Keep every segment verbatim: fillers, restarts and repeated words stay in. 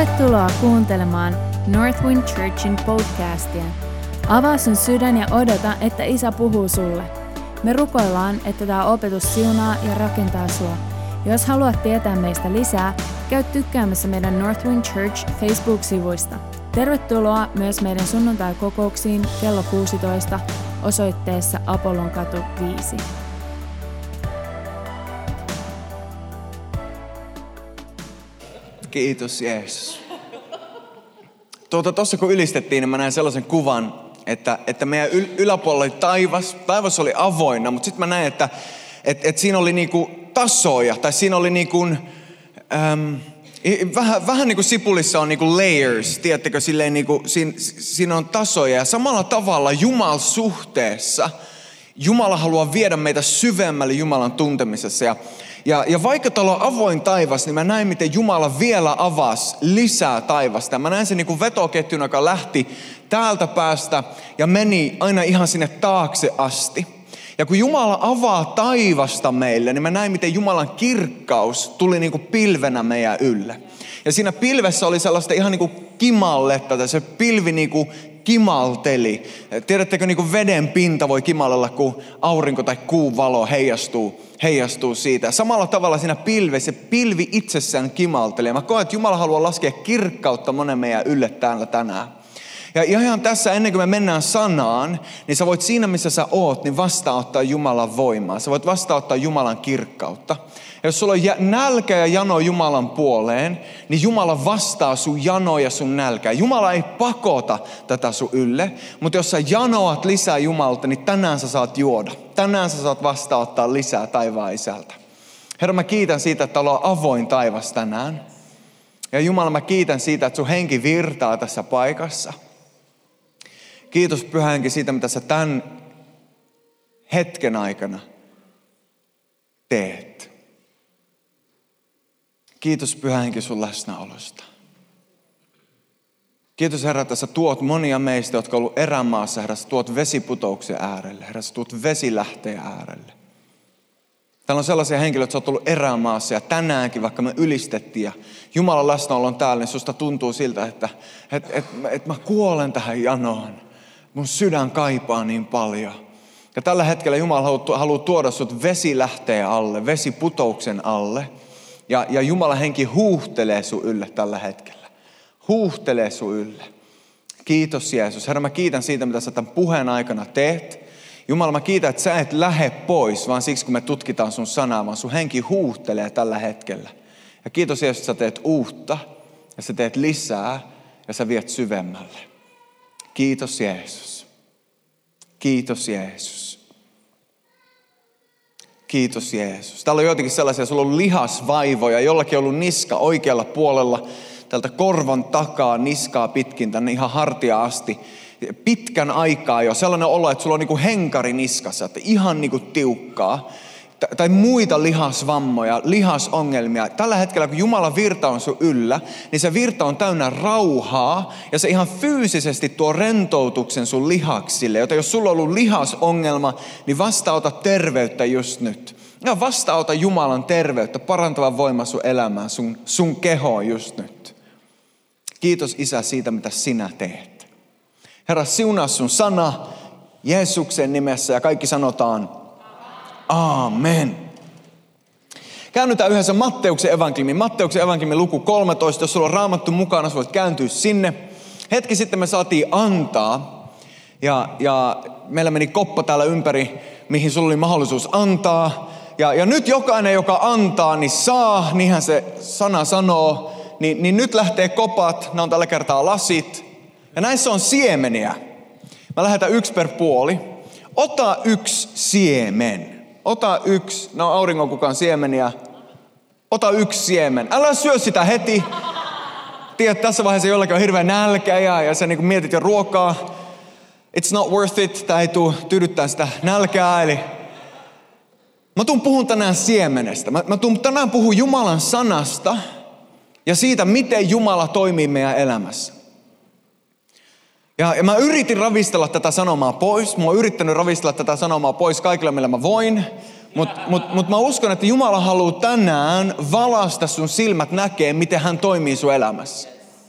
Tervetuloa kuuntelemaan Northwind Churchin podcastia. Avaa sun sydän ja odota, että Isä puhuu sulle. Me rukoillaan, että tämä opetus siunaa ja rakentaa sua. Jos haluat tietää meistä lisää, käy tykkäämässä meidän Northwind Church Facebook-sivuista. Tervetuloa myös meidän sunnuntai-kokouksiin kello kuusitoista osoitteessa Apollonkatu viisi. Kiitos Jeesus. Tuota, tuossa kun ylistettiin, niin mä näin sellaisen kuvan, että, että meidän yl- yläpuolella oli taivas. Taivas oli avoinna, mutta sitten mä näin, että et, et siinä oli niinku tasoja. Tai siinä oli niinku, äm, vähän, vähän niin kuin sipulissa on niinku layers. Tiedättekö, silleen niinku, siinä, siinä on tasoja. Ja samalla tavalla Jumalan suhteessa Jumala haluaa viedä meitä syvemmälle Jumalan tuntemisessa. Ja Ja, ja vaikka täällä on avoin taivas, niin mä näin, miten Jumala vielä avasi lisää taivasta. Mä näin sen niin kuin vetoketjun, joka lähti täältä päästä ja meni aina ihan sinne taakse asti. Ja kun Jumala avaa taivasta meille, niin mä näin, miten Jumalan kirkkaus tuli niin kuin pilvenä meidän ylle. Ja siinä pilvessä oli sellaista ihan niin kuin kimalletta, tai se pilvi niin kuin kimalteli. Tiedättekö, niin kuin veden pinta voi kimallella, kun aurinko tai kuun valo heijastuu, heijastuu siitä. Samalla tavalla siinä pilvessä, se pilvi itsessään kimalteli. Ja mä koen, että Jumala haluaa laskea kirkkautta monen meidän ylle täällä tänään. Ja ihan tässä, ennen kuin me mennään sanaan, niin sä voit siinä, missä sä oot, niin vastaanottaa Jumalan voimaa. Sä voit vastaanottaa Jumalan kirkkautta. Ja jos sulla on nälkä ja jano Jumalan puoleen, niin Jumala vastaa sun janoa ja sun nälkää. Jumala ei pakota tätä sun ylle, mutta jos sä janoat lisää Jumalta, niin tänään sä saat juoda. Tänään sä saat vastaanottaa lisää taivaan Isältä. Herra, mä kiitän siitä, että täällä on avoin taivas tänään. Ja Jumala, mä kiitän siitä, että sun henki virtaa tässä paikassa. Kiitos Pyhä Henki siitä, mitä sä tämän hetken aikana teet. Kiitos Pyhä Henki sun läsnäolosta. Kiitos Herra, että sä tuot monia meistä, jotka on ollut erämaassa. Herra, sä tuot vesiputouksen äärelle. Herra, sä tuot vesilähteen äärelle. Täällä on sellaisia henkilöitä, jotka on tullut erämaassa ja tänäänkin, vaikka me ylistettiin ja Jumalan läsnäolo on täällä, niin susta tuntuu siltä, että et, et, et mä kuolen tähän janoon. Mun sydän kaipaa niin paljon. Ja tällä hetkellä Jumala haluaa tuoda sut vesilähteen alle, vesiputouksen alle. Ja, ja Jumalan henki huuhtelee sun ylle tällä hetkellä. Huuhtelee sun ylle. Kiitos Jeesus. Herra, mä kiitän siitä, mitä sä tämän puheen aikana teet. Jumala, mä kiitän, että sä et lähde pois, vaan siksi kun me tutkitaan sun sanaa, vaan sun henki huuhtelee tällä hetkellä. Ja kiitos Jeesus, että sä teet uutta ja sä teet lisää ja sä viet syvemmälle. Kiitos Jeesus. Kiitos Jeesus. Kiitos Jeesus. Täällä on joitakin sellaisia, sulla on lihasvaivoja, jollakin on ollut niska oikealla puolella, tältä korvan takaa niskaa pitkin tänne ihan hartia asti. Pitkän aikaa jo sellainen olo, että sulla on niinku henkari niskassa, että ihan niinku tiukkaa. Tai muita lihasvammoja, lihasongelmia. Tällä hetkellä, kun Jumalan virta on sun yllä, niin se virta on täynnä rauhaa ja se ihan fyysisesti tuo rentoutuksen sun lihaksille. Joten jos sulla on ollut lihasongelma, niin vastaanota terveyttä just nyt. Ja vastaanota Jumalan terveyttä, parantavan voima sun elämään, sun, sun kehoon just nyt. Kiitos Isä siitä, mitä sinä teet. Herra, siunaa sun sana Jeesuksen nimessä ja kaikki sanotaan Aamen. Käännytään yhdessä Matteuksen evankeliumiin. Matteuksen evankeliumin luku kolmetoista. Jos sulla on Raamattu mukana, sä voit kääntyä sinne. Hetki sitten me saatiin antaa. Ja, ja meillä meni koppa täällä ympäri, mihin sulla oli mahdollisuus antaa. Ja, ja nyt jokainen, joka antaa, niin saa. Niinhän se sana sanoo. Ni, niin nyt lähtee kopat. Nämä on tällä kertaa lasit. Ja näissä on siemeniä. Mä lähetän yksi per puoli. Ota yksi siemen. Ota yksi, no auringonkukan siemeniä. Ota yksi siemen. Älä syö sitä heti. Tiedät, tässä vaiheessa jollakin on hirveä nälkä ja, ja sä niin kuin mietit jo ruokaa. It's not worth it. Tää ei tule tyydyttää sitä nälkää. Eli mä tuun puhun tänään siemenestä. Mä, mä tuun tänään puhun Jumalan sanasta ja siitä, miten Jumala toimii meidän elämässä. Ja, ja mä yritin ravistella tätä sanomaa pois. Mä oon yrittänyt ravistella tätä sanomaa pois kaikilla, millä mä voin. Mutta mut, mut mä uskon, että Jumala haluaa tänään valaista sun silmät näkee, miten hän toimii sun elämässä.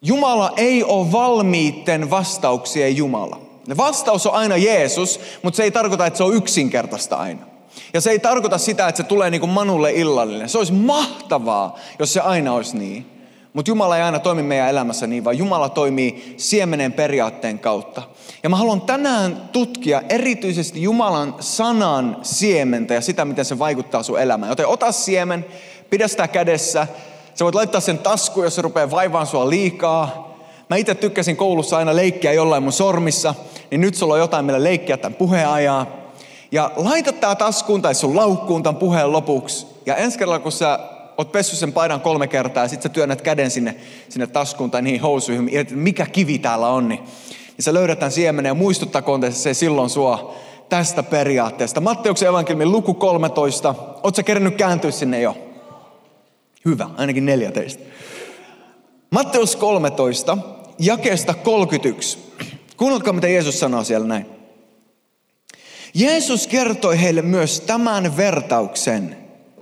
Jumala ei ole valmiitten vastauksien Jumala. Vastaus on aina Jeesus, mutta se ei tarkoita, että se on yksinkertaista aina. Ja se ei tarkoita sitä, että se tulee niin kuin Manulle illallinen. Se olisi mahtavaa, jos se aina olisi niin. Mutta Jumala ei aina toimi meidän elämässä niin, vaan Jumala toimii siemenen periaatteen kautta. Ja mä haluan tänään tutkia erityisesti Jumalan sanan siementä ja sitä, miten se vaikuttaa sun elämään. Joten ota siemen, pidä sitä kädessä. Sä voit laittaa sen taskuun, jos se rupeaa vaivaan sua liikaa. Mä itse tykkäsin koulussa aina leikkiä jollain mun sormissa, niin nyt sulla on jotain, millä leikkiä tämän puheen ajan. Ja laita tää taskuun tai sun laukkuun tämän puheen lopuksi. Ja ensi kerralla, kun sä oot pessyt sen paidan kolme kertaa ja sit sä työnnät käden sinne, sinne taskuun tai niihin housuihin, että mikä kivi täällä on, niin, niin sä löydät tämän siemenen ja muistuttakoon se silloin sua tästä periaatteesta. Matteuksen evankeliumin luku kolmetoista. Oot sä kerännyt kääntyä sinne jo? Hyvä, ainakin neljä teistä. Matteus kolmetoista, jakeesta kolmekymmentäyksi. Kuunnelkaa, mitä Jeesus sanoo siellä näin. Jeesus kertoi heille myös tämän vertauksen.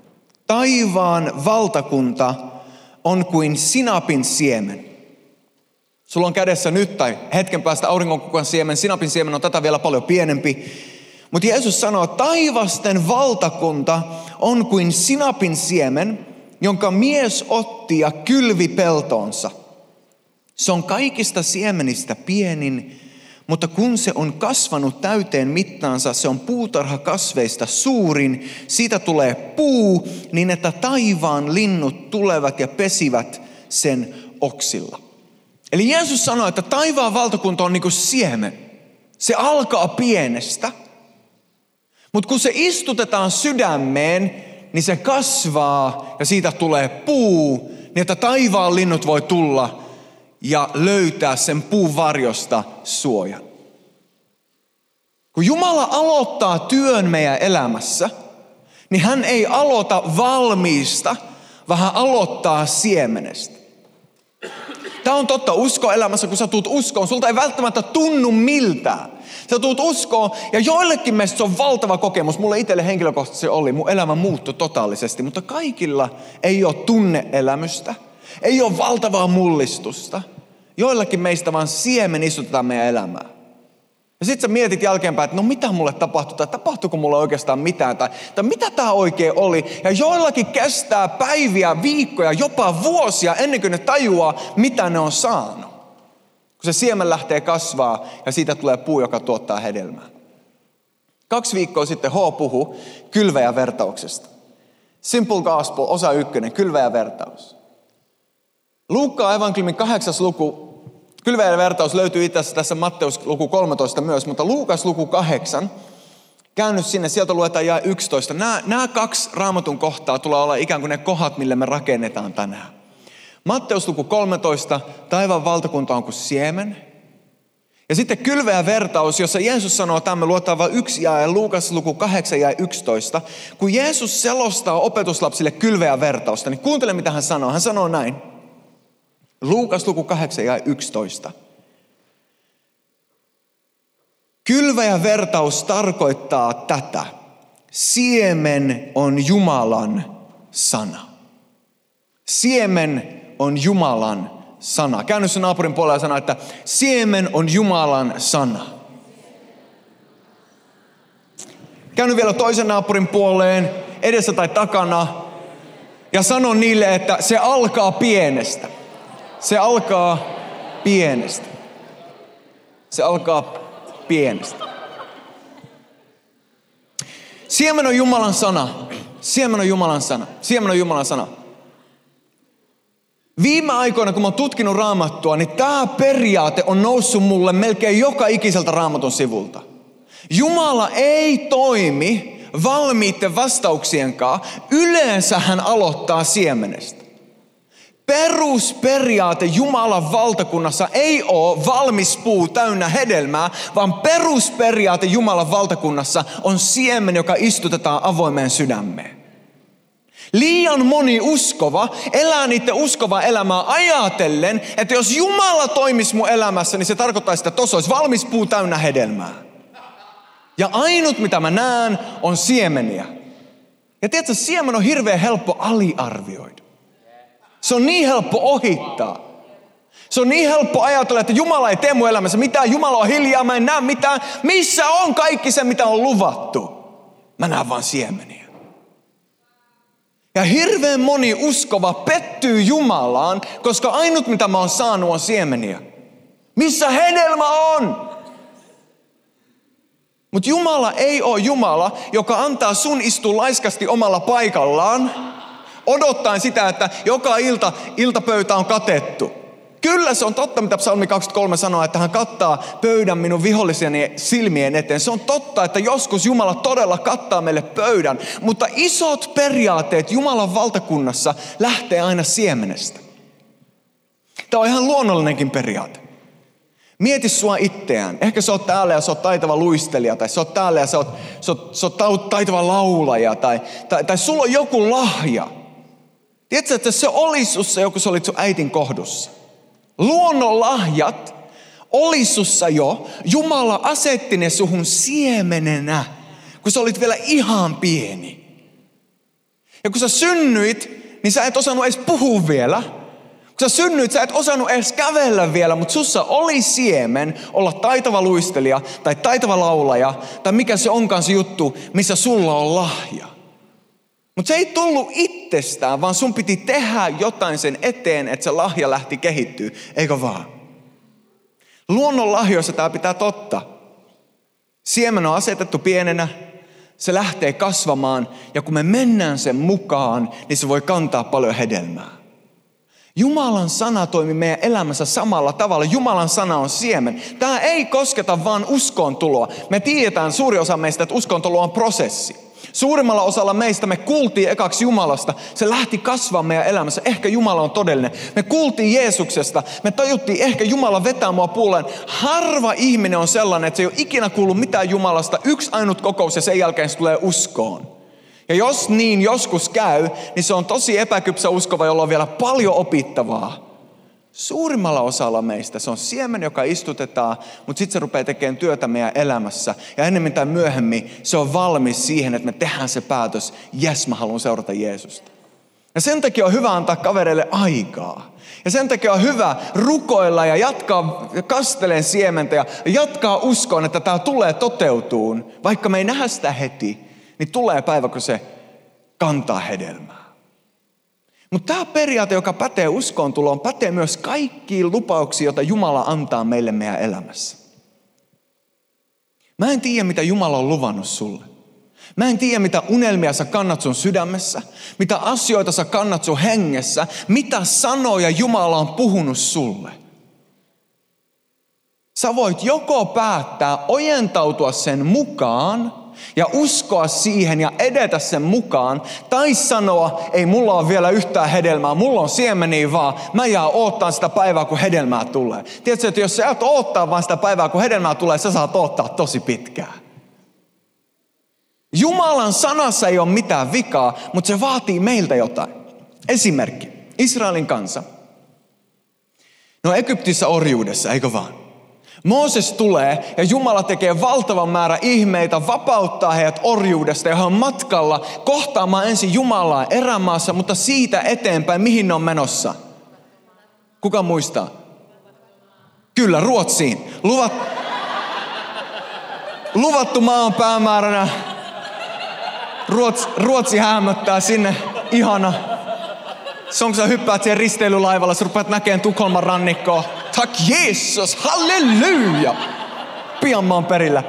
Taivaan valtakunta on kuin sinapin siemen. Sulla on kädessä nyt tai hetken päästä auringonkukan siemen. Sinapin siemen on tätä vielä paljon pienempi. Mutta Jeesus sanoo, että taivasten valtakunta on kuin sinapin siemen, jonka mies otti ja kylvi peltoonsa. Se on kaikista siemenistä pienin, mutta kun se on kasvanut täyteen mittaansa, se on puutarhakasveista suurin. Siitä tulee puu, niin että taivaan linnut tulevat ja pesivät sen oksilla. Eli Jeesus sanoi, että taivaan valtakunta on niin kuin siemen. Se alkaa pienestä, mutta kun se istutetaan sydämeen, niin se kasvaa ja siitä tulee puu, niin että taivaan linnut voi tulla ja löytää sen puun varjosta suojan. Kun Jumala aloittaa työn meidän elämässä, niin hän ei aloita valmiista, vaan hän aloittaa siemenestä. Tämä on totta uskoelämässä, kun sä tuut uskoon, sulta ei välttämättä tunnu miltään. Sä tuut uskoon ja joillekin meistä se on valtava kokemus. Mulle itselle henkilökohtaisesti se oli, mun elämä muuttui totaalisesti, mutta kaikilla ei ole tunne-elämystä, ei ole valtavaa mullistusta. Joillakin meistä vaan siemen istutetaan meidän elämään. Ja sit sä mietit jälkeenpäin, että no mitä mulle tapahtui, tai tapahtuiko mulle oikeastaan mitään, tai, tai mitä tää oikein oli. Ja joillakin kestää päiviä, viikkoja, jopa vuosia ennen kuin ne tajuaa, mitä ne on saanut. Kun se siemen lähtee kasvaa ja siitä tulee puu, joka tuottaa hedelmää. Kaksi viikkoa sitten H puhui kylväjävertauksesta. Simple Gospel, osa ykkönen, kylväjävertaus. Luukkaan evankeliumin kahdeksas luku, kylväjävertaus löytyy itse asiassa tässä Matteus luku kolmetoista myös, mutta Luukas luku kahdeksan, käynyt sinne, sieltä luetaan jae yksitoista. Nämä, nämä kaksi raamatun kohtaa tulee olla ikään kuin ne kohdat, mille me rakennetaan tänään. Matteus luku kolmetoista, taivaan valtakunta on kuin siemen. Ja sitten kylväjävertaus, jossa Jeesus sanoo, että me luetaan vain yksi jae, Luukas luku kahdeksan jae yksitoista. Kun Jeesus selostaa opetuslapsille kylväjävertausta, niin kuuntele mitä hän sanoo. Hän sanoo näin. Luukas luku kahdeksan jae yksitoista. Kylväjävertaus tarkoittaa tätä. Siemen on Jumalan sana. Siemen on Jumalan sana. Käänny sun naapurin puolella ja sano, että siemen on Jumalan sana. Käänny vielä toisen naapurin puoleen, edessä tai takana, ja sano niille, että se alkaa pienestä. Se alkaa pienestä. Se alkaa pienestä. Siemen on Jumalan sana. Siemen on Jumalan sana. Siemen on Jumalan sana. Viime aikoina, kun mä oon tutkinut Raamattua, niin tämä periaate on noussut mulle melkein joka ikiseltä Raamatun sivulta. Jumala ei toimi valmiitten vastauksien kanssa. Yleensä hän aloittaa siemenestä. Perusperiaate Jumalan valtakunnassa ei ole valmis puu täynnä hedelmää, vaan perusperiaate Jumalan valtakunnassa on siemen, joka istutetaan avoimeen sydämeen. Liian moni uskova elää niiden uskovaa elämää ajatellen, että jos Jumala toimisi mun elämässä, niin se tarkoittaisi, että tuossa olisi valmis puu täynnä hedelmää. Ja ainut mitä mä näen on siemeniä. Ja tiedätkö, siemen on hirveän helppo aliarvioida. Se on niin helppo ohittaa. Se on niin helppo ajatella, että Jumala ei tee mun elämässä mitään. Jumala on hiljaa, mä en näe mitään. Missä on kaikki se, mitä on luvattu? Mä näen vaan siemeniä. Ja hirveän moni uskova pettyy Jumalaan, koska ainut mitä mä oon saanut on siemeniä. Missä hedelmä on? Mutta Jumala ei ole Jumala, joka antaa sun istua laiskasti omalla paikallaan, odottaen sitä, että joka ilta iltapöytä on katettu. Kyllä se on totta, mitä Psalmi kaksikymmentäkolme sanoo, että hän kattaa pöydän minun viholliseni silmien eteen. Se on totta, että joskus Jumala todella kattaa meille pöydän, mutta isot periaatteet Jumalan valtakunnassa lähtee aina siemenestä. Tämä on ihan luonnollinenkin periaate. Mieti sua itseään. Ehkä sä oot täällä ja sä oot taitava luistelija, tai sä oot täällä ja sä oot, sä oot, sä oot taitava laulaja, tai, tai, tai sulla on joku lahja. Tiedätkö, että se oli sussa joku, sä olit sun äitin kohdussa. Luonnon lahjat oli sussa jo. Jumala asetti ne suhun siemenenä, kun sä olit vielä ihan pieni. Ja kun sä synnyit, niin sä et osannut edes puhua vielä. Kun sä synnyit, sä et osannut edes kävellä vielä, mutta sussa oli siemen olla taitava luistelija tai taitava laulaja tai mikä se onkaan se juttu, missä sulla on lahja. Mutta se ei tullut itsestään, vaan sun piti tehdä jotain sen eteen, että se lahja lähti kehittyä, eikö vaan? Luonnon lahjoissa tämä pitää totta. Siemen on asetettu pienenä, se lähtee kasvamaan ja kun me mennään sen mukaan, niin se voi kantaa paljon hedelmää. Jumalan sana toimii meidän elämässä samalla tavalla. Jumalan sana on siemen. Tämä ei kosketa vaan uskoontuloa. Me tiedetään suuri osa meistä, että uskontulo on prosessi. Suurimmalla osalla meistä me kuultiin ekaksi Jumalasta. Se lähti kasvamaan meidän elämässä. Ehkä Jumala on todellinen. Me kuultiin Jeesuksesta. Me tajuttiin, ehkä Jumala vetää mua puoleen. Harva ihminen on sellainen, että se ei ole ikinä kuullut mitään Jumalasta. Yksi ainut kokous ja sen jälkeen se tulee uskoon. Ja jos niin joskus käy, niin se on tosi epäkypsä uskova, jolla on vielä paljon opittavaa. Suurimmalla osalla meistä se on siemen, joka istutetaan, mutta sitten se rupeaa tekemään työtä meidän elämässä. Ja ennemmin tai myöhemmin se on valmis siihen, että me tehdään se päätös, jes mä haluan seurata Jeesusta. Ja sen takia on hyvä antaa kavereille aikaa. Ja sen takia on hyvä rukoilla ja jatkaa kasteleen siementä ja jatkaa uskoon, että tämä tulee toteutuun, vaikka me ei nähdä sitä heti. Niin tulee päivä, kun se kantaa hedelmää. Mutta tämä periaate, joka pätee uskoontuloon, pätee myös kaikkiin lupauksiin, joita Jumala antaa meille meidän elämässä. Mä en tiedä, mitä Jumala on luvannut sulle. Mä en tiedä, mitä unelmia sä kannat sun sydämessä, mitä asioita sä kannat sun hengessä, mitä sanoja Jumala on puhunut sulle. Sä voit joko päättää ojentautua sen mukaan, ja uskoa siihen ja edetä sen mukaan. Tai sanoa, ei mulla ole vielä yhtään hedelmää, mulla on siemeniä vaan. Mä jää oottaa sitä päivää, kun hedelmää tulee. Tiedätkö, että jos sä et oottaa vaan sitä päivää, kun hedelmää tulee, sä saat oottaa tosi pitkään. Jumalan sanassa ei ole mitään vikaa, mutta se vaatii meiltä jotain. Esimerkki. Israelin kansa. No Egyptissä orjuudessa, eikö vaan? Mooses tulee ja Jumala tekee valtavan määrä ihmeitä, vapauttaa heidät orjuudesta ja he on matkalla kohtaamaan ensin Jumalaa erämaassa, mutta siitä eteenpäin, mihin ne on menossa? Kuka muistaa? Kyllä, Ruotsiin. Luvat... Luvattu maa on päämääränä. Ruotsi, Ruotsi hämöttää sinne. Ihana. Se on, kun sä hyppäät siihen risteilylaivalla, sä rupeat näkemään Tukholman rannikkoa. Tack Jesus, halleluja! Pian mä oon perillä.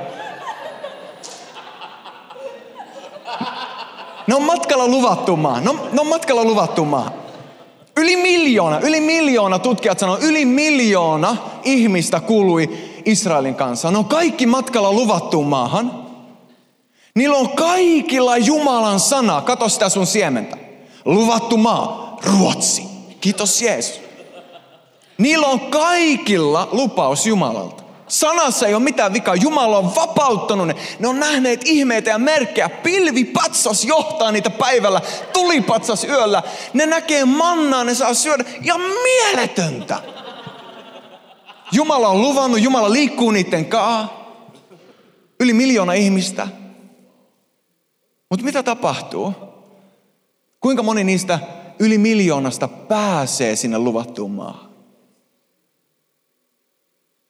Ne on matkalla luvattu maa. Ne on, ne on matkalla luvattu maa. Yli miljoona, yli miljoona tutkijat sanoo, yli miljoona ihmistä kuului Israelin kanssa. Ne on kaikki matkalla luvattuun maahan. Niillä on kaikilla Jumalan sana. Kato sitä sun siementä. Luvattu maa, Ruotsi. Kiitos Jeesus. Niillä on kaikilla lupaus Jumalalta. Sanassa ei ole mitään vikaa. Jumala on vapauttanut ne. Ne on nähneet ihmeitä ja merkkejä. Pilvipatsas johtaa niitä päivällä. Tulipatsas yöllä. Ne näkee mannaa, ne saa syödä. Ja mieletöntä. Jumala on luvannut, Jumala liikkuu niiden kaa. Yli miljoona ihmistä. Mutta mitä tapahtuu? Kuinka moni niistä yli miljoonasta pääsee sinne luvattuun maahan?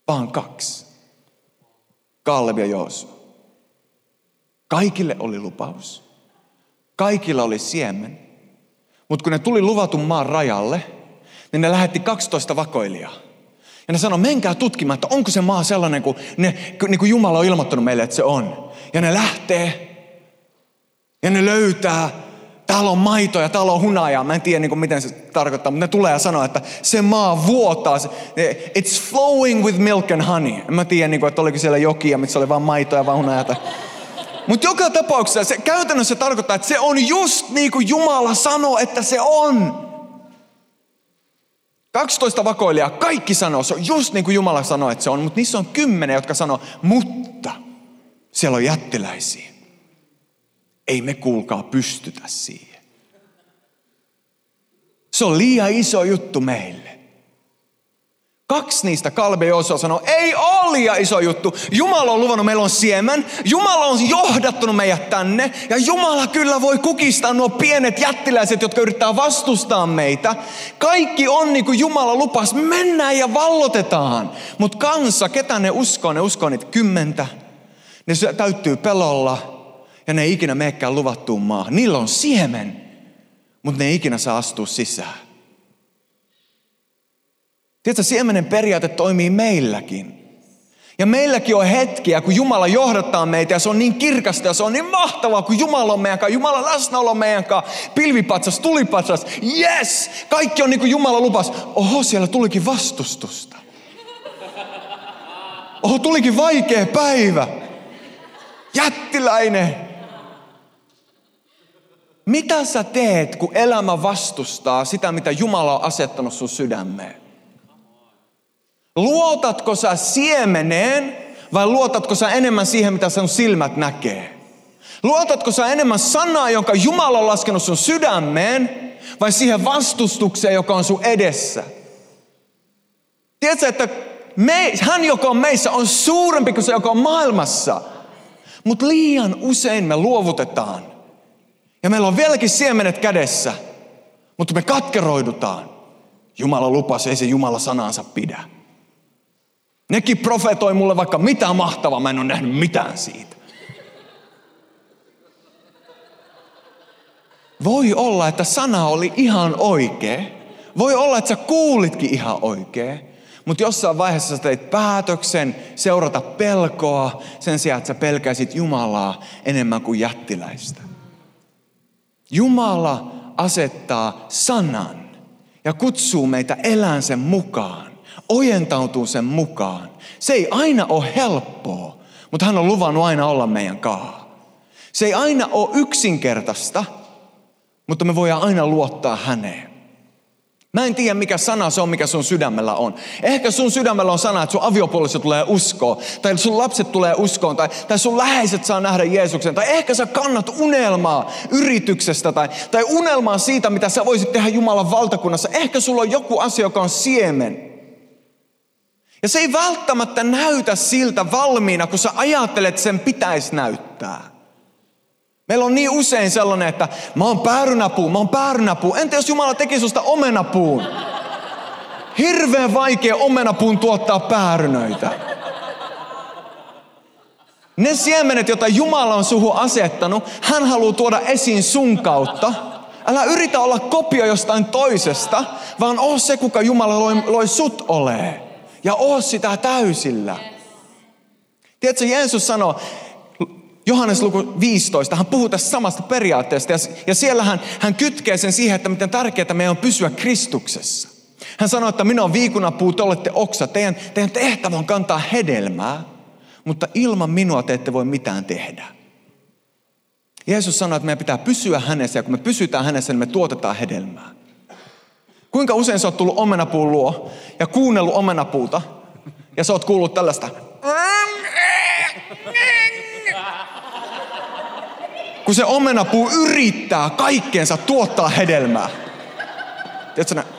vaan kaksi. Kaaleb ja Joosua. Kaikille oli lupaus. Kaikilla oli siemen. Mutta kun ne tuli luvatun maan rajalle, niin ne lähetti kaksitoista vakoilijaa. Ja ne sanoi, menkää tutkimaan, että onko se maa sellainen, kuin, ne, niin kuin Jumala on ilmoittanut meille, että se on. Ja ne lähtee ja ne löytää. Täällä on maito ja täällä on hunajaa. Mä en tiedä, niin kuin, miten se tarkoittaa, mutta ne tulee ja sanoo, että se maa vuotaa. It's flowing with milk and honey. En mä tiedä, niin kuin, että oliko siellä jokia, missä oli vaan maitoa ja vaan hunajaa. Mutta joka tapauksessa se käytännössä tarkoittaa, että se on just niin kuin Jumala sanoo, että se on. kaksitoista vakoilijaa, kaikki sanoo, se on just niin kuin Jumala sanoo, että se on. Mutta niissä on kymmenen, jotka sanoo, mutta siellä on jättiläisiä. Ei me kuulkaa pystytä siihen. Se on liian iso juttu meille. Kaksi niistä, Kaaleb ja Joosua, sanoo, ei ole liian iso juttu. Jumala on luvannut, meillä on siemen. Jumala on johdattanut meidät tänne. Ja Jumala kyllä voi kukistaa nuo pienet jättiläiset, jotka yrittää vastustaa meitä. Kaikki on niin kuin Jumala lupas. Mennään ja vallotetaan. Mutta kansa, ketä ne uskoo? Ne uskoo niitä kymmentä. Ne täyttyy pelolla. Ja ne ei ikinä menekään luvattuun maahan. Niillä on siemen, mutta ne ei ikinä saa astua sisään. Tiedätkö, siemenen periaate toimii meilläkin. Ja meilläkin on hetkiä, kun Jumala johdattaa meitä ja se on niin kirkasta ja se on niin mahtavaa, kun Jumala on meidän kanssa. Jumala läsnäolo on meidän kanssa. Pilvipatsas, tulipatsas, yes! Kaikki on niin kuin Jumala lupas. Oho, siellä tulikin vastustusta. Oho, tulikin vaikea päivä. Jättiläinen. Mitä sä teet, kun elämä vastustaa sitä, mitä Jumala on asettanut sun sydämeen? Luotatko sä siemeneen vai luotatko sä enemmän siihen, mitä sun silmät näkee? Luotatko sä enemmän sanaa, jonka Jumala on laskenut sun sydämeen vai siihen vastustukseen, joka on sun edessä? Tiedätkö, että me, hän, joka on meissä, on suurempi kuin se, joka on maailmassa. Mutta liian usein me luovutetaan. Ja meillä on vieläkin siemenet kädessä, mutta me katkeroidutaan. Jumala lupasi, ei se Jumala sanansa pidä. Nekin profetoi mulle vaikka mitä mahtavaa, mä en ole nähnyt mitään siitä. Voi olla, että sana oli ihan oikea. Voi olla, että sä kuulitkin ihan oikein. Mutta jossain vaiheessa sä teit päätöksen seurata pelkoa sen sijaan, että sä pelkäisit Jumalaa enemmän kuin jättiläistä. Jumala asettaa sanan ja kutsuu meitä elään sen mukaan, ojentautuu sen mukaan. Se ei aina ole helppoa, mutta hän on luvannut aina olla meidän kanssa. Se ei aina ole yksinkertaista, mutta me voidaan aina luottaa häneen. Mä en tiedä, mikä sana se on, mikä sun sydämellä on. Ehkä sun sydämellä on sana, että sun aviopuoliso tulee uskoon, tai sun lapset tulee uskoon, tai, tai sun läheiset saa nähdä Jeesuksen, tai ehkä sä kannat unelmaa yrityksestä, tai, tai unelmaa siitä, mitä sä voisit tehdä Jumalan valtakunnassa. Ehkä sulla on joku asia, joka on siemen. Ja se ei välttämättä näytä siltä valmiina, kun sä ajattelet, sen pitäisi näyttää. Meillä on niin usein sellainen, että mä oon päärynäpuu, mä oon päärynäpuu. Entä jos Jumala teki susta omenapuun? Hirveän vaikea omenapuun tuottaa päärynöitä. Ne siemenet, joita Jumala on suhun asettanut, hän haluaa tuoda esiin sun kautta. Älä yritä olla kopio jostain toisesta, vaan oo se, kuka Jumala loi, loi sut olee. Ja oo sitä täysillä. Tiedätkö, Jeesus sanoo, Johannes luku viisitoista, hän puhuu tästä samasta periaatteesta ja, ja siellä hän, hän kytkee sen siihen, että miten tärkeää meidän on pysyä Kristuksessa. Hän sanoo, että minä olen viikunapuu, te olette oksa, teidän, teidän tehtävä on kantaa hedelmää, mutta ilman minua te ette voi mitään tehdä. Jeesus sanoi, että meidän pitää pysyä hänessä ja kun me pysytään hänessä, niin me tuotetaan hedelmää. Kuinka usein sä oot tullut omenapuun luo ja kuunnellut omenapuuta ja sä oot kuullut tällaista. Kun se omenapuu yrittää kaikkeensa tuottaa hedelmää. Tiedätkö näin?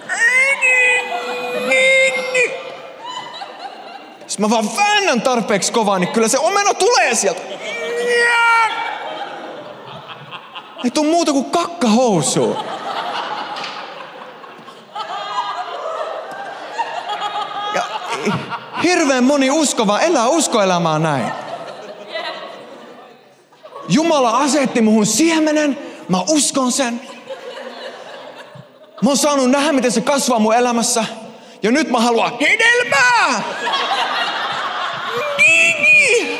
Jos mä vaan väännän tarpeeksi kovaa, niin kyllä se omena tulee sieltä. Ei tuu muuta kuin kakkahousuun. Ja Hirveän moni uskova elää uskoelämää näin. Jumala asetti muhun siemenen, mä uskon sen. Mä oon saanut nähdä, miten se kasvaa mun elämässä. Ja nyt mä haluan hedelmää! Niin, niin.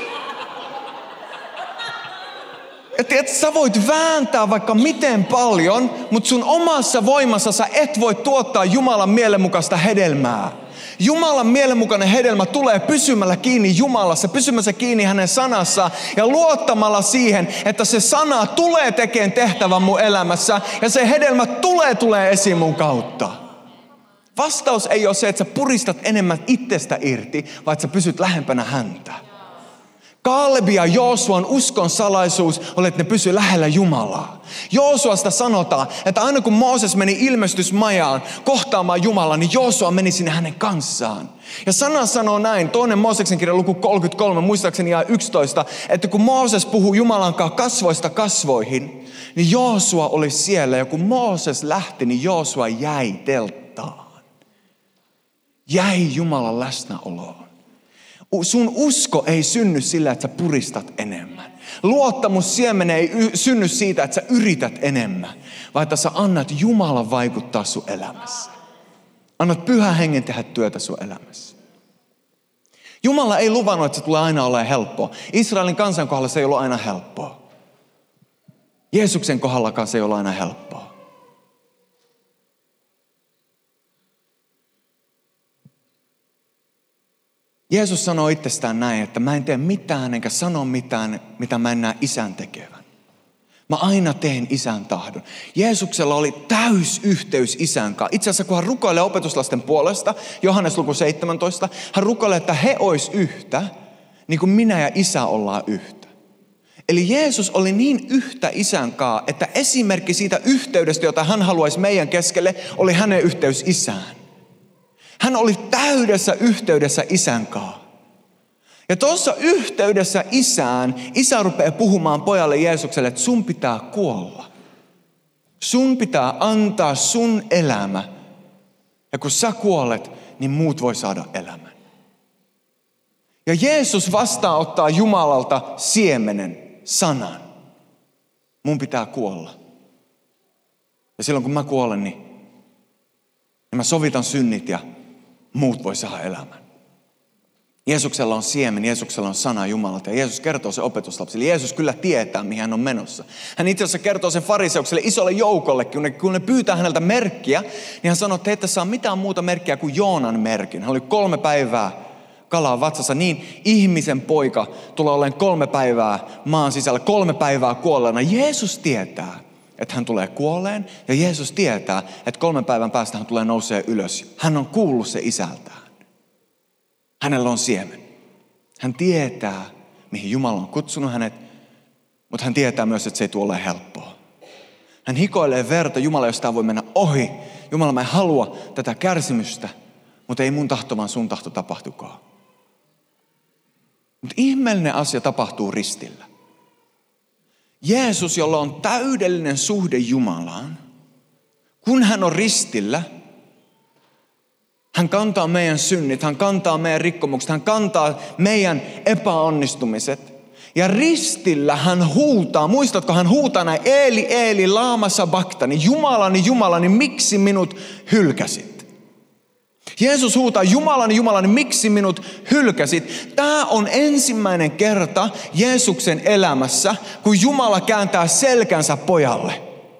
Ja tiedät, sä voit vääntää vaikka miten paljon, mutta sun omassa voimassa sä et voi tuottaa Jumalan mielenmukaista hedelmää. Jumalan mielenmukainen hedelmä tulee pysymällä kiinni Jumalassa, pysymässä kiinni hänen sanassaan ja luottamalla siihen, että se sana tulee tekemään tehtävän mun elämässä ja se hedelmä tulee tulee esiin mun kautta. Vastaus ei ole se, että sä puristat enemmän itsestä irti, vaan että sä pysyt lähempänä häntä. Kaalebin ja Joosuan uskon salaisuus oli, että ne pysyi lähellä Jumalaa. Joosuasta sanotaan, että aina kun Mooses meni ilmestysmajaan kohtaamaan Jumalaa, niin Joosua meni sinne hänen kanssaan. Ja sana sanoo näin, toinen Mooseksen kirja luku kolmekymmentäkolme, muistaakseni jää yksitoista, että kun Mooses puhui Jumalan kanssa kasvoista kasvoihin, niin Joosua oli siellä. Ja kun Mooses lähti, niin Joosua jäi telttaan. Jäi Jumalan läsnäoloon. Sun usko ei synny sillä, että sä puristat enemmän. Luottamus siemene ei y- synny siitä, että sä yrität enemmän, vaan että sä annat Jumalan vaikuttaa sun elämässä. Annat Pyhän Hengen tehdä työtä sun elämässä. Jumala ei luvannut, että se tulee aina olemaan helppoa. Israelin kansan kohdalla se ei ollut aina helppoa. Jeesuksen kohdallakaan se ei ollut aina helppoa. Jeesus sanoo itsestään näin, että mä en tee mitään enkä sano mitään, mitä mä en näe Isän tekevän. Mä aina teen Isän tahdon. Jeesuksella oli täys yhteys Isän kanssa. Itse asiassa kun hän rukoilee opetuslasten puolesta, Johannes luku seitsemäntoista, hän rukoilee, että he ois yhtä, niin kuin minä ja Isä ollaan yhtä. Eli Jeesus oli niin yhtä Isän kanssa, että esimerkki siitä yhteydestä, jota hän haluaisi meidän keskelle, oli hänen yhteys Isään. Hän oli täydessä yhteydessä Isän kanssa. Ja tuossa yhteydessä Isään, Isä rupeaa puhumaan pojalle Jeesukselle, että sun pitää kuolla. Sun pitää antaa sun elämä. Ja kun sä kuolet, niin muut voi saada elämän. Ja Jeesus vastaanottaa Jumalalta siemenen, sanan. Mun pitää kuolla. Ja silloin kun mä kuolen, niin, niin mä sovitan synnit ja muut voi saada elämän. Jeesuksella on siemen, Jeesuksella on sana Jumalalta ja Jeesus kertoo sen opetuslapsille. Jeesus kyllä tietää, mihin hän on menossa. Hän itse asiassa kertoo sen fariseukselle, isolle joukolle, kun ne, kun ne pyytää häneltä merkkiä, niin hän sanoo, että te ette saa mitään muuta merkkiä kuin Joonan merkin. Hän oli kolme päivää kalaa vatsassa, niin ihmisen poika tulee olemaan kolme päivää maan sisällä, kolme päivää kuolleena. Jeesus tietää, että hän tulee kuolleen ja Jeesus tietää, että kolmen päivän päästä hän tulee nousee ylös. Hän on kuullut se Isältään. Hänellä on siemen. Hän tietää, mihin Jumala on kutsunut hänet, mutta hän tietää myös, että se ei tule olemaan helppoa. Hän hikoilee verta, Jumala, jos tämä voi mennä ohi. Jumala, mä en halua tätä kärsimystä, mutta ei mun tahto, vaan sun tahto tapahtukaan. Mutta ihmeellinen asia tapahtuu ristillä. Jeesus, jolla on täydellinen suhde Jumalaan, kun hän on ristillä, hän kantaa meidän synnit, hän kantaa meidän rikkomukset, hän kantaa meidän epäonnistumiset. Ja ristillä hän huutaa, muistatko, hän huutaa näin, Eeli, Eeli, laama sabaktani, Jumalani, Jumalani, miksi minut hylkäsit? Jeesus huutaa, Jumalani, Jumalani, miksi minut hylkäsit? Tämä on ensimmäinen kerta Jeesuksen elämässä, kun Jumala kääntää selkänsä pojalle.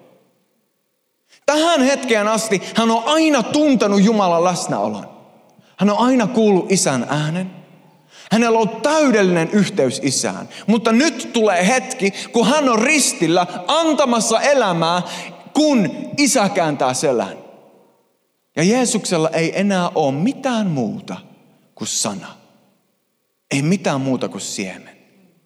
Tähän hetkeen asti hän on aina tuntenut Jumalan läsnäolon. Hän on aina kuullut Isän äänen. Hänellä on täydellinen yhteys Isään. Mutta nyt tulee hetki, kun hän on ristillä antamassa elämää, kun Isä kääntää selän. Ja Jeesuksella ei enää ole mitään muuta kuin sana. Ei mitään muuta kuin siemen.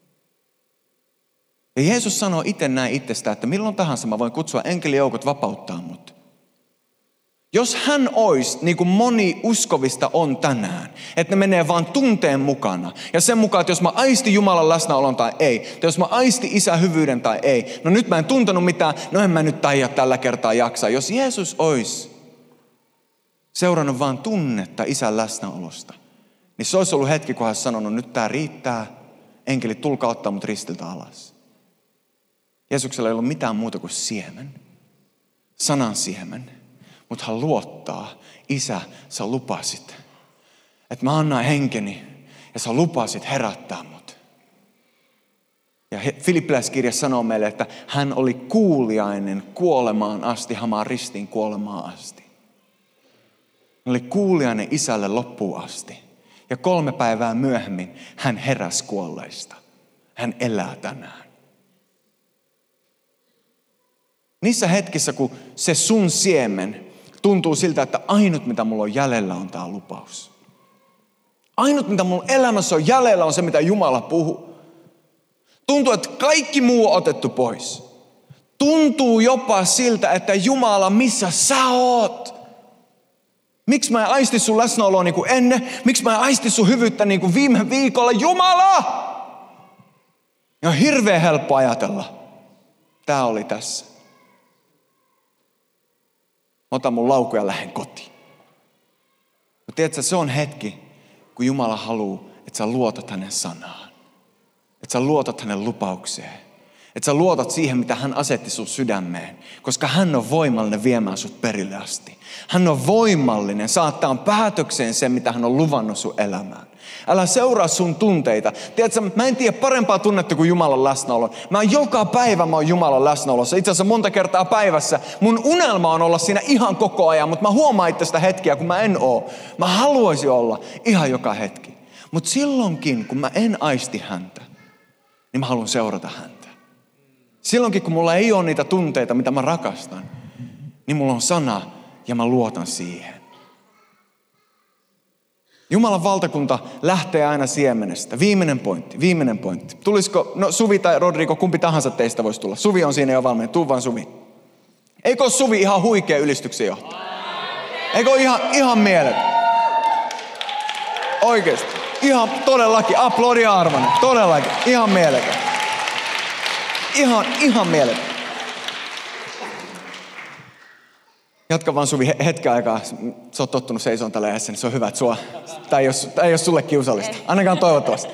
Ja Jeesus sanoo itse näin itsestään, että milloin tahansa mä voin kutsua enkelijoukot vapauttaa mut. Jos hän olisi, niin kuin moni uskovista on tänään, että ne menee vaan tunteen mukana. Ja sen mukaan, että jos mä aistin Jumalan läsnäolon tai ei, tai jos mä aistin Isän hyvyyden tai ei, no nyt mä en tuntenut mitään, no en mä nyt taida tällä kertaa jaksaa. Jos Jeesus olisi seurannut vaan tunnetta Isän läsnäolosta, niin se olisi ollut hetki, kun hän olisi sanonut, nyt tää riittää, enkelit, tulkaa ottaa mut ristiltä alas. Jeesuksella ei ollut mitään muuta kuin siemen, sanan siemen, mutta hän luottaa, Isä, sä lupasit, että mä annan henkeni ja sä lupasit herättää mut. Ja Filippiläiskirja sanoo meille, että hän oli kuuliainen kuolemaan asti, hamaan ristiin kuolemaan asti. Hän oli kuuliainen Isälle loppuun asti. Ja kolme päivää myöhemmin hän heräsi kuolleista. Hän elää tänään. Niissä hetkissä, kun se sun siemen tuntuu siltä, että ainut mitä mulla on jäljellä on tämä lupaus. Ainut mitä mun elämässä on jäljellä on se, mitä Jumala puhuu. Tuntuu, että kaikki muu on otettu pois. Tuntuu jopa siltä, että Jumala, missä sä oot? Miksi mä en aisti sun läsnäoloa niin kuin ennen? Miksi mä en aisti sun hyvyyttä niin kuin viime viikolla? Jumala! Ja on hirveän helppo ajatella. Tää oli tässä. Ota mun laukku ja lähden kotiin. Mutta tiedätkö, se on hetki, kun Jumala haluaa, että sä luotat hänen sanaan. Että sä luotat hänen lupaukseen. Että sä luotat siihen, mitä hän asetti sun sydämeen. Koska hän on voimallinen viemään sut perille asti. Hän on voimallinen saattaa päätökseen sen, mitä hän on luvannut sun elämään. Älä seuraa sun tunteita. Tiedätkö, mä en tiedä parempaa tunnetta kuin Jumalan läsnäolo. Mä joka päivä mä oon Jumalan läsnäolossa. Itse asiassa monta kertaa päivässä. Mun unelma on olla siinä ihan koko ajan, mutta mä huomaan itse sitä hetkiä, kun mä en oo. Mä haluaisin olla ihan joka hetki. Mutta silloinkin, kun mä en aisti häntä, niin mä haluan seurata häntä. Silloinkin, kun mulla ei ole niitä tunteita, mitä mä rakastan, niin mulla on sana ja mä luotan siihen. Jumalan valtakunta lähtee aina siemenestä. Viimeinen pointti, viimeinen pointti. Tulisiko, no Suvi tai Rodrigo, kumpi tahansa teistä voisi tulla. Suvi on siinä jo valmiina, tuu vaan Suvi. Eikö ole Suvi ihan huikea ylistyksen johtaja? Eikö ole ihan, ihan mieletön? Oikeesti, ihan todellakin, aplodia arvoinen, todellakin, ihan mieletön. Ihan, ihan mieletön. Jatka vaan Suvi hetken aikaa. Sä oot tottunut seisoon tällä edessä, niin se on hyvä, että sua, tää ei ole, tää ei ole sulle kiusallista. Ainakaan toivottavasti.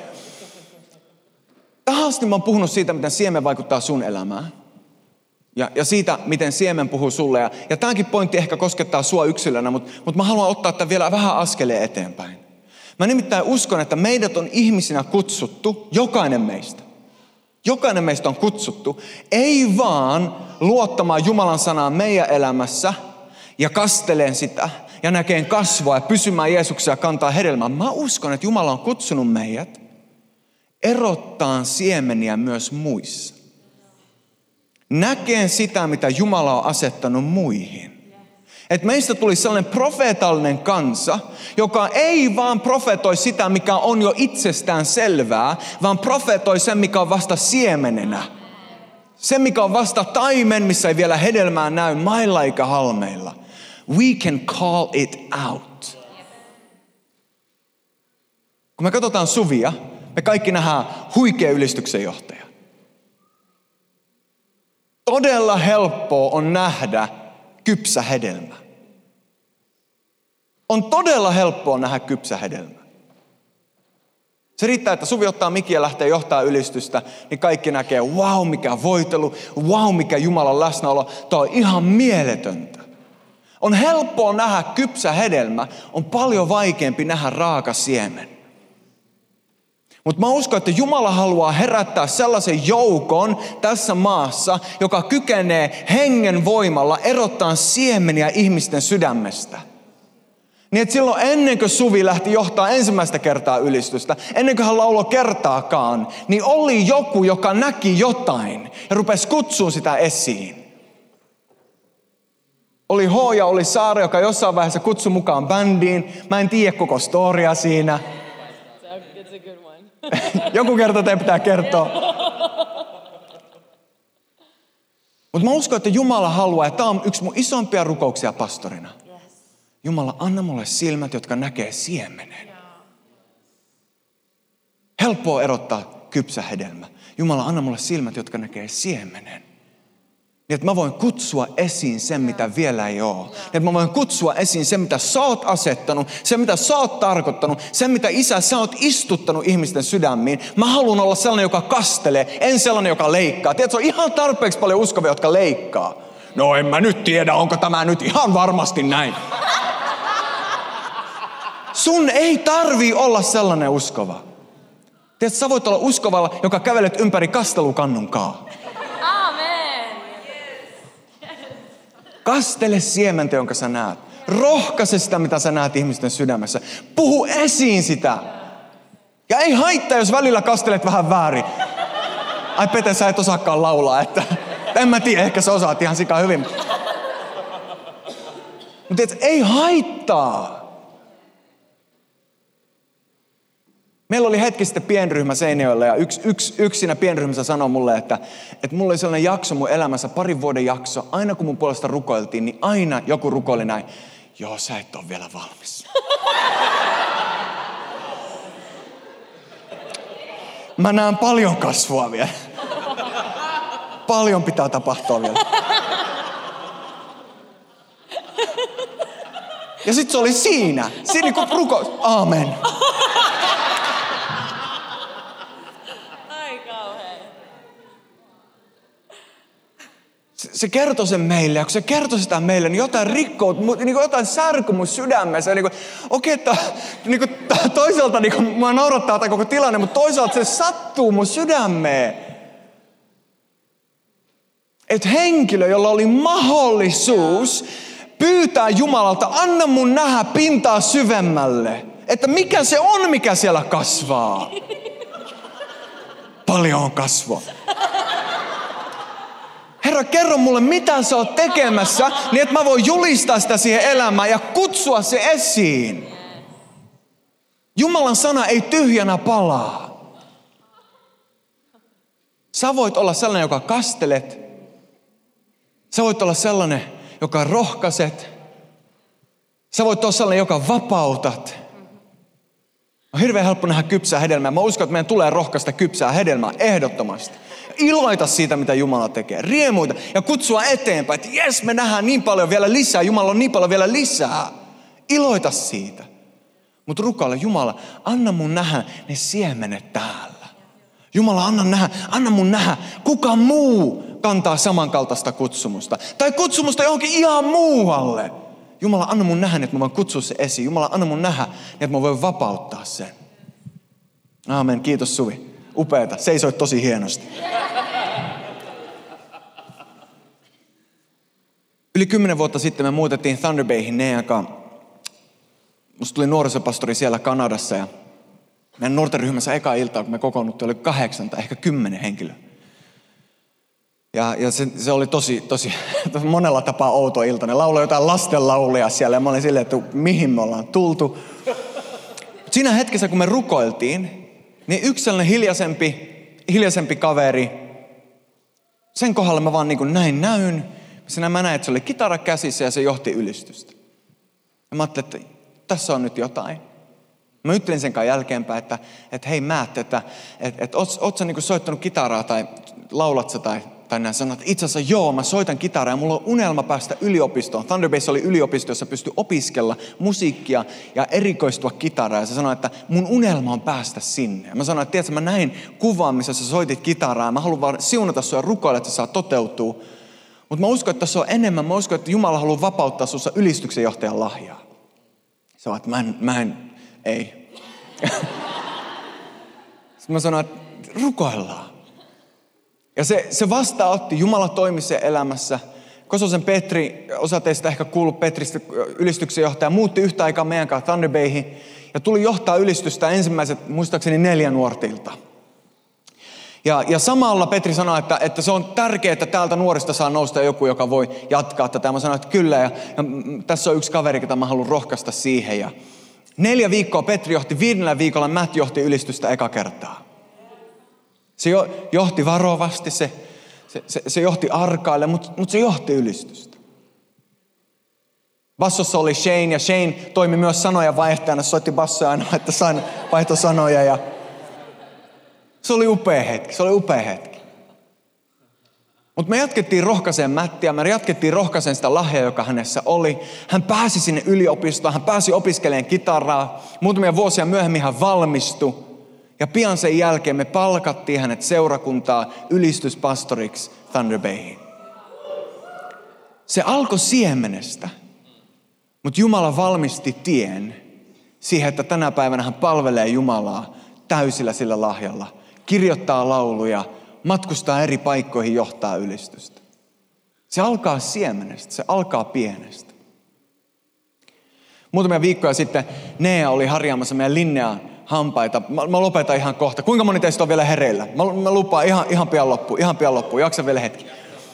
Tähän asti mä oon puhunut siitä, miten siemen vaikuttaa sun elämään. Ja, ja siitä, miten siemen puhuu sulle. Ja, ja tämäkin pointti ehkä koskettaa sua yksilönä, mutta, mutta mä haluan ottaa tämän vielä vähän askeleen eteenpäin. Mä nimittäin uskon, että meidät on ihmisinä kutsuttu, jokainen meistä. Jokainen meistä on kutsuttu, ei vaan luottamaan Jumalan sanaan meidän elämässä ja kasteleen sitä ja näkeen kasvua ja pysymään Jeesuksessa ja kantaa hedelmää. Mä uskon, että Jumala on kutsunut meidät erottaa siemeniä myös muissa. Näkeen sitä, mitä Jumala on asettanut muihin. Että meistä tuli sellainen profeetallinen kansa, joka ei vaan profetoi sitä, mikä on jo itsestään selvää, vaan profetoi sen, mikä on vasta siemenenä. Se, mikä on vasta taimen, missä ei vielä hedelmää näy mailla eikä halmeilla. We can call it out. Kun me katsotaan Suvia, me kaikki nähdään huikea ylistyksen johtaja. Todella helppoa on nähdä kypsä hedelmä. On todella helppoa nähdä kypsä hedelmä. Se riittää, että Suvi ottaa mikin ja lähtee johtaa ylistystä, niin kaikki näkee, wow, mikä voitelu, wow, mikä Jumalan läsnäolo. Tuo on ihan mieletöntä. On helppoa nähdä kypsä hedelmä, on paljon vaikeampi nähdä raaka siemen. Mutta mä uskon, että Jumala haluaa herättää sellaisen joukon tässä maassa, joka kykenee hengen voimalla erottaa siemeniä ihmisten sydämestä. Niin että silloin ennen kuin Suvi lähti johtaa ensimmäistä kertaa ylistystä, ennen kuin hän lauloi kertaakaan, niin oli joku, joka näki jotain ja rupesi kutsumaan sitä esiin. Oli H ja oli Saara, joka jossain vaiheessa kutsui mukaan bändiin. Mä en tiedä koko storia siinä. Joku kerta teidän pitää kertoa. Mutta mä uskon, että Jumala haluaa, ja tämä on yksi mun isompia rukouksia pastorina. Jumala, anna mulle silmät, jotka näkee siemenen. Helppoa erottaa kypsä hedelmä. Jumala, anna mulle silmät, jotka näkee siemenen. Niin että mä voin kutsua esiin sen, mitä vielä ei ole. Niin että mä voin kutsua esiin sen, mitä sä oot asettanut, sen, mitä sä oot tarkoittanut, sen, mitä Isä, sä oot istuttanut ihmisten sydämiin. Mä haluan olla sellainen, joka kastelee, en sellainen, joka leikkaa. Tiedätkö, on ihan tarpeeksi paljon uskovia, jotka leikkaa. No en mä nyt tiedä, onko tämä nyt ihan varmasti näin. Sun ei tarvii olla sellainen uskova. Tiedätkö, sä voit olla uskovalla, joka kävelet ympäri kastelukannunkaa. Kastele siementä, jonka sä näet. Rohkaise sitä, mitä sä näet ihmisten sydämessä. Puhu esiin sitä. Ja ei haittaa, jos välillä kastelet vähän väärin. Ai Pete, sä et osaakaan laulaa, että en mä tiedä, ehkä sä osaat ihan sika hyvin. Mutta ei haittaa. Meillä oli hetki sitten pienryhmä Seinäjoella ja yksi, yksi, yksi siinä pienryhmässä sanoi mulle, että, että mulla oli sellainen jakso mun elämässä, parin vuoden jakso. Aina kun mun puolesta rukoiltiin, niin aina joku rukoili näin. Joo, sä et ole vielä valmis. Mä näen paljon kasvua vielä. Paljon pitää tapahtua vielä. Ja sit se oli siinä. Siinä kun rukoili. Aamen. Se kertoi sen meille, ja kun se kertoi sitä meille, niin jotain rikkoo, niin jotain särky mun sydämessä. Niin okei, okay, että niin toisaalta niin mua naurattaa tämä koko tilanne, mutta toisaalta se sattuu mun sydämeen. Että henkilö, jolla oli mahdollisuus pyytää Jumalalta, anna mun nähdä pintaa syvemmälle. Että mikä se on, mikä siellä kasvaa. Paljon on kasvua. Herra, kerro mulle, mitä sä oot tekemässä, niin että mä voin julistaa sitä siihen elämään ja kutsua se esiin. Jumalan sana ei tyhjänä palaa. Sä voit olla sellainen, joka kastelet. Sä voit olla sellainen, joka rohkaiset. Sä voit olla sellainen, joka vapautat. On hirveän helppo nähdä kypsää hedelmää. Mä uskon, että meidän tulee rohkaista kypsää hedelmää ehdottomasti. Iloita siitä, mitä Jumala tekee. Riemuita ja kutsua eteenpäin, että jes, me nähdään niin paljon vielä lisää. Jumala on niin paljon vielä lisää. Iloita siitä. Mutta rukoile, Jumala, anna mun nähdä ne siemenet täällä. Jumala, anna nähdä, anna mun nähdä, kuka muu kantaa samankaltaista kutsumusta. Tai kutsumusta johonkin ihan muualle. Jumala, anna mun nähdä, että mä voin kutsua se esiin. Jumala, anna mun nähdä, että mä voin vapauttaa sen. Aamen, kiitos Suvi. Upeeta, seisoit tosi hienosti. Yli kymmenen vuotta sitten me muutettiin Thunder Bayhin Neen kanssa. Musta tuli nuorisopastori siellä Kanadassa ja meidän nuorten ryhmässä eka iltaa, kun me kokoonnuttiin, oli kahdeksan tai ehkä kymmenen henkilöä. Ja, ja se, se oli tosi, tosi monella tapaa outo ilta. Ne lauloi jotain lastenlauluja siellä ja mä olin silleen, että mihin me ollaan tultu. Siinä hetkessä, kun me rukoiltiin, niin yksi sellainen hiljaisempi, hiljaisempi kaveri, sen kohdalla mä vaan niin kuin näin näyn. Siinä mä näin, että se oli kitara käsissä ja se johti ylistystä. Ja mä ajattelin, että tässä on nyt jotain. Mä juttelin sen kanssa jälkeenpäin, että, että hei Matt, että, että, että oot, oot sä niin kuin soittanut kitaraa tai laulat sä tai, tai näin. Sanoit, että itse asiassa joo, mä soitan kitaraa ja mulla on unelma päästä yliopistoon. Thunder Bay oli yliopisto, jossa pystyi opiskella musiikkia ja erikoistua kitaraan. Ja se sanoi, että mun unelma on päästä sinne. Ja mä sanoin, että tiedätkö, mä näin kuvan, missä sä soitit kitaraa. Mä haluan vaan siunata sua ja rukoilla, että se saa toteutua. Mutta mä uskon, että se on enemmän. Mä uskon, että Jumala haluaa vapauttaa sussa ylistyksen johtajan lahjaa. Se on, että mä en, mä en ei. Sitten mä sanoin, että rukoillaan. Ja se, se vastaanotti, Jumala toimi sen elämässä. Kososen Petri, osa teistä ehkä kuullut Petristä, ylistyksen johtaja, muutti yhtä aikaa meidän kanssa Thunder Bayhin. Ja tuli johtaa ylistystä ensimmäiset, muistaakseni neljä nuortilta. Ja, ja samalla Petri sanoi, että, että se on tärkeää, että täältä nuorista saa nousta joku, joka voi jatkaa tätä. Mä sanoin, että kyllä. Ja, ja tässä on yksi kaveri, jota mä haluan rohkaista siihen. Ja neljä viikkoa Petri johti, viidellä viikolla Matt johti ylistystä eka kertaa. Se jo, johti varovasti, se, se, se, se johti arkaille, mutta, mutta se johti ylistystä. Bassossa oli Shane ja Shane toimi myös sanoja vaihtajana. Soitti bassoja aina, että sain vaihtosanoja ja se oli upea hetki, se oli upea hetki. Mutta me jatkettiin rohkaiseen Mättiä, me jatkettiin rohkaiseen sitä lahjaa, joka hänessä oli. Hän pääsi sinne yliopistoon, hän pääsi opiskelemaan kitaraa. Muutamia vuosia myöhemmin hän valmistui. Ja pian sen jälkeen me palkattiin hänet seurakuntaa ylistyspastoriksi Thunder Bayhin. Se alkoi siemenestä, mutta Jumala valmisti tien siihen, että tänä päivänä hän palvelee Jumalaa täysillä sillä lahjalla. Kirjoittaa lauluja, matkustaa eri paikkoihin, johtaa ylistystä. Se alkaa siemenestä, se alkaa pienestä. Muutamia viikkoja sitten Nea oli harjaamassa meidän Linnean hampaita. Mä, mä lopetan ihan kohta. Kuinka moni teistä on vielä hereillä? Mä, mä lupaan ihan, ihan pian loppuun, ihan pian loppuun. Jaksa vielä hetki.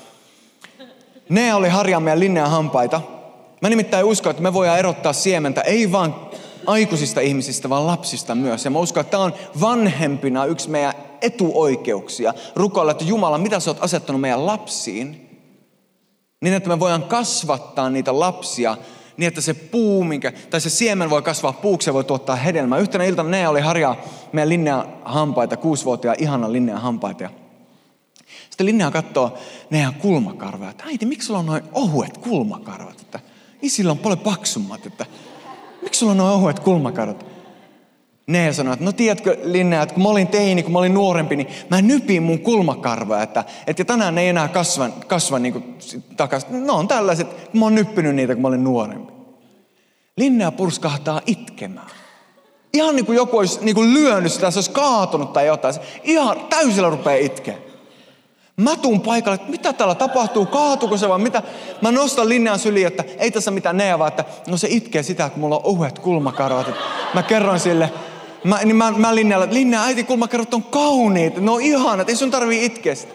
Nea oli harjaamaan meidän Linnean hampaita. Mä nimittäin uskon, että me voidaan erottaa siementä ei vaan aikuisista ihmisistä, vaan lapsista myös. Ja mä uskon, että tämä on vanhempina yksi meidän etuoikeuksia. Rukoilla, että Jumala, mitä sä oot asettanut meidän lapsiin, niin että me voidaan kasvattaa niitä lapsia niin, että se puu, minkä, tai se siemen voi kasvaa puuksi ja voi tuottaa hedelmää. Yhtenä iltana Nea oli harjaa meidän Linnean hampaita, kuusivuotiaan ihana Linnean hampaita. Sitten Linnea katsoo Nean kulmakarvoja, että äiti, miksi sulla on noin ohuet kulmakarvat? Että isillä on paljon paksummat, että miksi sulla on noin ohuet kulmakarvat? Nea sanoi, että no tiedätkö Linnea, että kun mä olin teini, kun mä olin nuorempi, niin mä nypin mun kulmakarvoja, että, että tänään ne ei enää kasva, kasva niin kuin takaisin. No on tällaiset, kun mä oon nyppinyt niitä, kun mä olin nuorempi. Linnea purskahtaa itkemään. Ihan niin kuin joku olisi niin kuin lyönyt sitä, se olisi kaatunut tai jotain. Ihan täysillä rupeaa itkeä. Mä tuun paikalle, että mitä täällä tapahtuu, kaatuuko se vai mitä? Mä nostan Linnean syliin, että ei tässä mitään Nea, vaan että no se itkee sitä, että mulla on ohuet kulmakarvat. Että mä kerroin sille, mä, niin mä, mä Linnealle, että Linnea, äiti kulmakarvat on kauniit, ne on ihanat, ei sun tarvii itkeä sitä.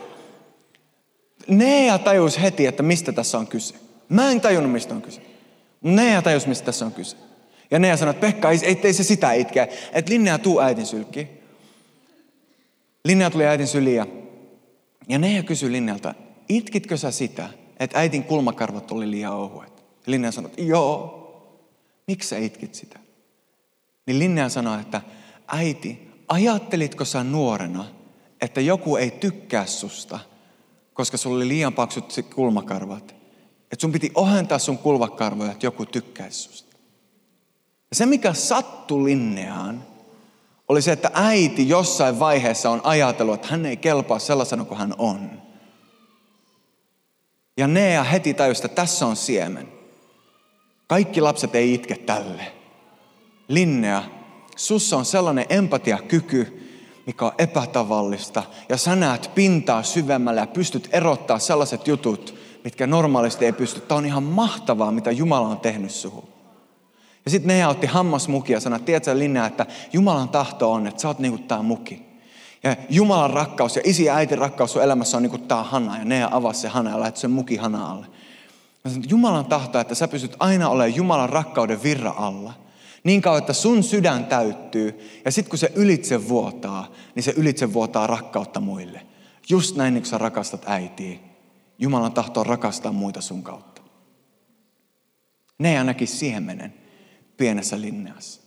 Nea tajusi heti, että mistä tässä on kyse. Mä en tajunnut, mistä on kyse. Nea tajusi, mistä tässä on kyse. Ja Nea sanoi, että Pekka, ei, ei, ei se sitä itkeä. Että Linnea, tuu äitin sylkiin. Linnea tuli äitin syliin ja Ja Nea kysyi Linnealta, itkitkö sä sitä, että äitin kulmakarvat oli liian ohuet? Ja Linnea sanoi, että joo. Miksi sä itkit sitä? Niin Linnea sanoi, että äiti, ajattelitko sä nuorena, että joku ei tykkää susta, koska sulla oli liian paksut kulmakarvat? Että sun piti ohentaa sun kulmakarvoja, että joku tykkäisi susta. Ja se, mikä sattui Linneaan, oli se, että äiti jossain vaiheessa on ajatellut, että hän ei kelpaa sellaisena kuin hän on. Ja Nea heti tajusi, että tässä on siemen. Kaikki lapset ei itke tälle. Linnea, sussa on sellainen empatiakyky, mikä on epätavallista. Ja sä näet pintaa syvemmällä ja pystyt erottaa sellaiset jutut, mitkä normaalisti ei pysty. Tämä on ihan mahtavaa, mitä Jumala on tehnyt suhun. Ja sitten Nea otti hammasmuki ja sanoi, tiedätkö Linnea, että Jumalan tahto on, että sä oot niin kuin tää muki. Ja Jumalan rakkaus ja isi ja äitin rakkaus sun elämässä on niin kuin tää hana. Ja Nea avasi se hana ja laittoi sen muki hana alle. Ja sanoin, Jumalan tahto, että sä pystyt aina olemaan Jumalan rakkauden virra alla. Niin kauan, että sun sydän täyttyy. Ja sitten kun se ylitse vuotaa, niin se ylitse vuotaa rakkautta muille. Just näin, niin kuin sä rakastat äitiä. Jumalan tahto on rakastaa muita sun kautta. Nea näki siemenen pienessä Linneassa.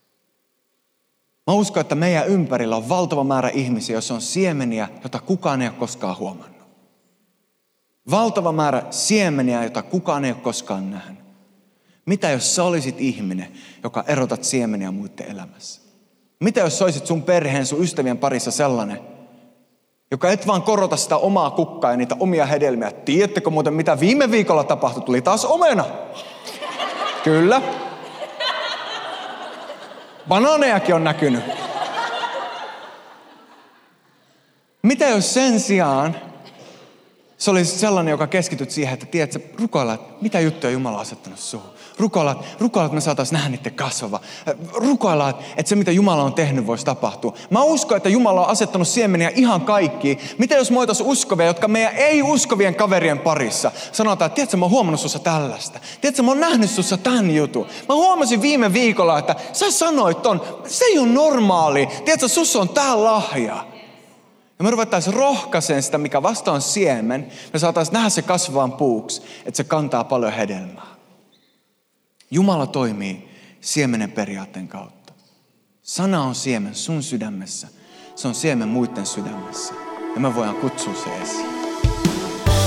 Mä uskon, että meidän ympärillä on valtava määrä ihmisiä, joissa on siemeniä, jota kukaan ei ole koskaan huomannut. Valtava määrä siemeniä, jota kukaan ei ole koskaan nähnyt. Mitä jos sä olisit ihminen, joka erotat siemeniä muiden elämässä? Mitä jos sä olisit sun perheen, sun ystävien parissa sellainen, joka et vaan korota sitä omaa kukkaa ja niitä omia hedelmiä. Tiedättekö muuten, mitä viime viikolla tapahtui? Tuli taas omena. Kyllä. Banaanejakin on näkynyt. Mitä jos sen sijaan se olisi sellainen, joka keskityt siihen, että tiedätkö, rukoilla, että mitä juttuja Jumala on asettanut suhun. Rukoilla, rukoilla, että me saataisiin nähdä niiden kasvava. Rukoilla, että se mitä Jumala on tehnyt voisi tapahtua. Mä uskon, että Jumala on asettanut siemeniä ihan kaikkiin. Mitä jos me oltaisiin uskovia, jotka meidän ei-uskovien kaverien parissa sanotaan, että tiedätkö, mä oon huomannut sussa tällaista. Tiedätkö, mä oon nähnyt sussa tämän jutun. Mä huomasin viime viikolla, että sä sanoit ton, se ei ole normaali. Tiedätkö, sussa on tää lahja. Ja me ruvettaisiin rohkaiseen sitä, mikä vasta on siemen. Me saataisiin nähdä se kasvavan puuksi, että se kantaa paljon hedelmää. Jumala toimii siemenen periaatteen kautta. Sana on siemen sun sydämessä. Se on siemen muiden sydämessä. Ja me voidaan kutsua se esiin.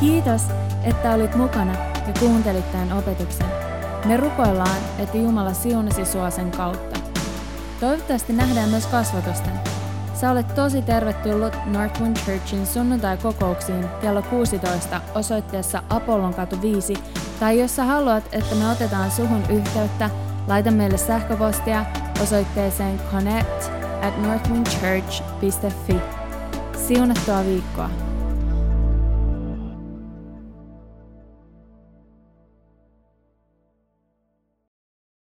Kiitos, että olit mukana ja kuuntelit tämän opetuksen. Me rukoillaan, että Jumala siunasi sua sen kautta. Toivottavasti nähdään myös kasvatusten. Sä olet tosi tervetullut Northwind Churchin sunnuntai-kokouksiin kello kuusitoista osoitteessa Apollonkatu viisi, tai jos sä haluat, että me otetaan suhun yhteyttä, laita meille sähköpostia osoitteeseen connect at northwindchurch piste fi. Siunattua viikkoa!